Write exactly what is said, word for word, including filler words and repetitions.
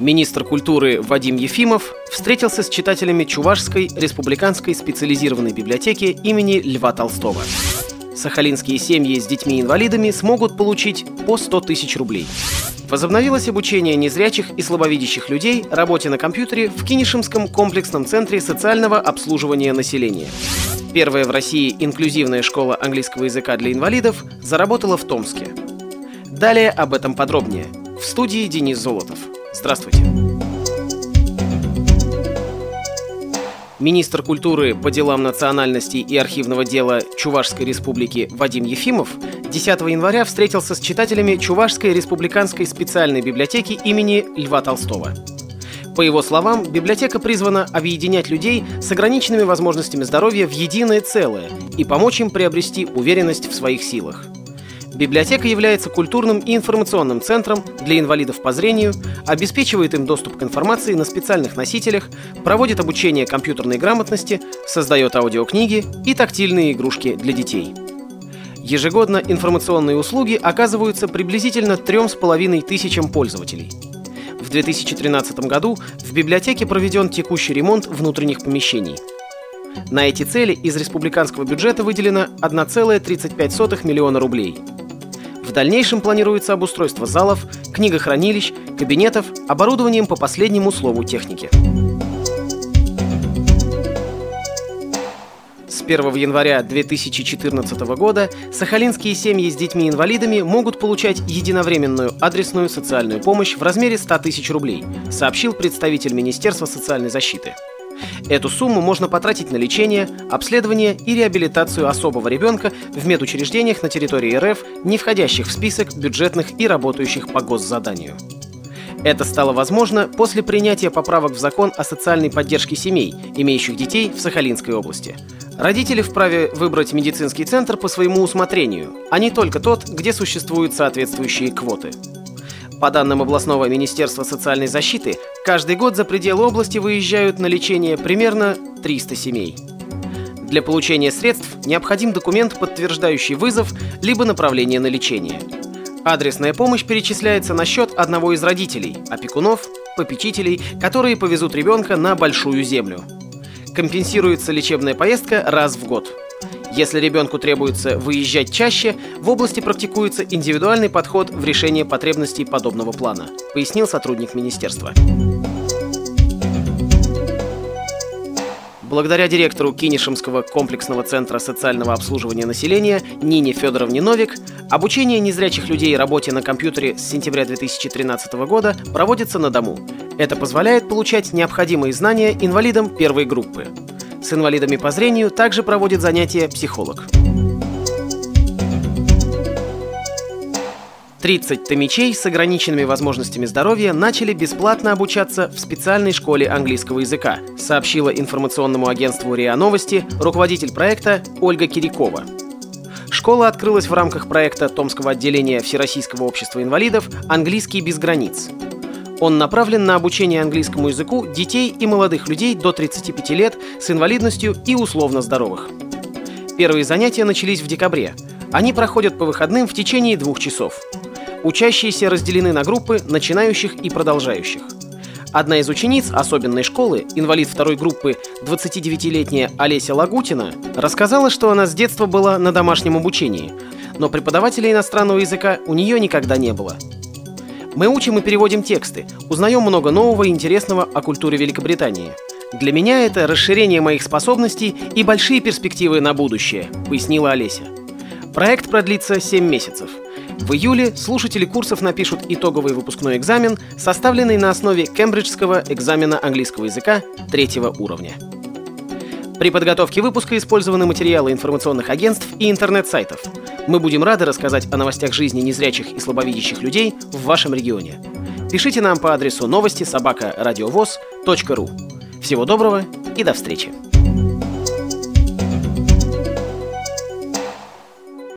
Министр культуры Вадим Ефимов встретился с читателями Чувашской республиканской специализированной библиотеки имени Льва Толстого. Сахалинские семьи с детьми-инвалидами смогут получить по сто тысяч рублей. Возобновилось обучение незрячих и слабовидящих людей работе на компьютере в Кинешемском комплексном центре социального обслуживания населения. Первая в России инклюзивная школа английского языка для инвалидов заработала в Томске. Далее об этом подробнее. В студии Денис Золотов. Здравствуйте. Министр культуры по делам национальностей и архивного дела Чувашской республики Вадим Ефимов десятого января встретился с читателями Чувашской республиканской специальной библиотеки имени Льва Толстого. По его словам, библиотека призвана объединять людей с ограниченными возможностями здоровья в единое целое и помочь им приобрести уверенность в своих силах. Библиотека является культурным и информационным центром для инвалидов по зрению, обеспечивает им доступ к информации на специальных носителях, проводит обучение компьютерной грамотности, создает аудиокниги и тактильные игрушки для детей. Ежегодно информационные услуги оказываются приблизительно трем с половиной тысячам пользователей. В две тысячи тринадцатом году в библиотеке проведен текущий ремонт внутренних помещений. На эти цели из республиканского бюджета выделено одна целая тридцать пять сотых миллиона рублей. В дальнейшем планируется обустройство залов, книгохранилищ, кабинетов, оборудованием по последнему слову техники. С первого января две тысячи четырнадцатого года сахалинские семьи с детьми-инвалидами могут получать единовременную адресную социальную помощь в размере ста тысяч рублей, сообщил представитель Министерства социальной защиты. Эту сумму можно потратить на лечение, обследование и реабилитацию особого ребенка в медучреждениях на территории эр эф, не входящих в список бюджетных и работающих по госзаданию. Это стало возможно после принятия поправок в закон о социальной поддержке семей, имеющих детей в Сахалинской области. Родители вправе выбрать медицинский центр по своему усмотрению, а не только тот, где существуют соответствующие квоты. По данным областного министерства социальной защиты, каждый год за пределы области выезжают на лечение примерно триста семей. Для получения средств необходим документ, подтверждающий вызов либо направление на лечение. Адресная помощь перечисляется на счет одного из родителей, опекунов, попечителей, которые повезут ребенка на Большую Землю. Компенсируется лечебная поездка раз в год. Если ребенку требуется выезжать чаще, в области практикуется индивидуальный подход в решении потребностей подобного плана, пояснил сотрудник министерства. Благодаря директору Кинешемского комплексного центра социального обслуживания населения Нине Федоровне Новик обучение незрячих людей работе на компьютере с сентября две тысячи тринадцатого года проводится на дому. Это позволяет получать необходимые знания инвалидам первой группы. С инвалидами по зрению также проводит занятия психолог. тридцать томичей с ограниченными возможностями здоровья начали бесплатно обучаться в специальной школе английского языка, сообщила информационному агентству РИА Новости руководитель проекта Ольга Кирякова. Школа открылась в рамках проекта Томского отделения Всероссийского общества инвалидов «Английский без границ». Он направлен на обучение английскому языку детей и молодых людей до тридцати пяти лет с инвалидностью и условно здоровых. Первые занятия начались в декабре. Они проходят по выходным в течение двух часов. Учащиеся разделены на группы начинающих и продолжающих. Одна из учениц особенной школы, инвалид второй группы, двадцатидевятилетняя Олеся Лагутина, рассказала, что она с детства была на домашнем обучении, но преподавателя иностранного языка у нее никогда не было. Мы учим и переводим тексты, узнаем много нового и интересного о культуре Великобритании. Для меня это расширение моих способностей и большие перспективы на будущее, пояснила Олеся. Проект продлится семь месяцев. В июле слушатели курсов напишут итоговый выпускной экзамен, составленный на основе кембриджского экзамена английского языка третьего уровня. При подготовке выпуска использованы материалы информационных агентств и интернет-сайтов. Мы будем рады рассказать о новостях жизни незрячих и слабовидящих людей в вашем регионе. Пишите нам по адресу новости собака радиовоз точка ру. Всего доброго и до встречи!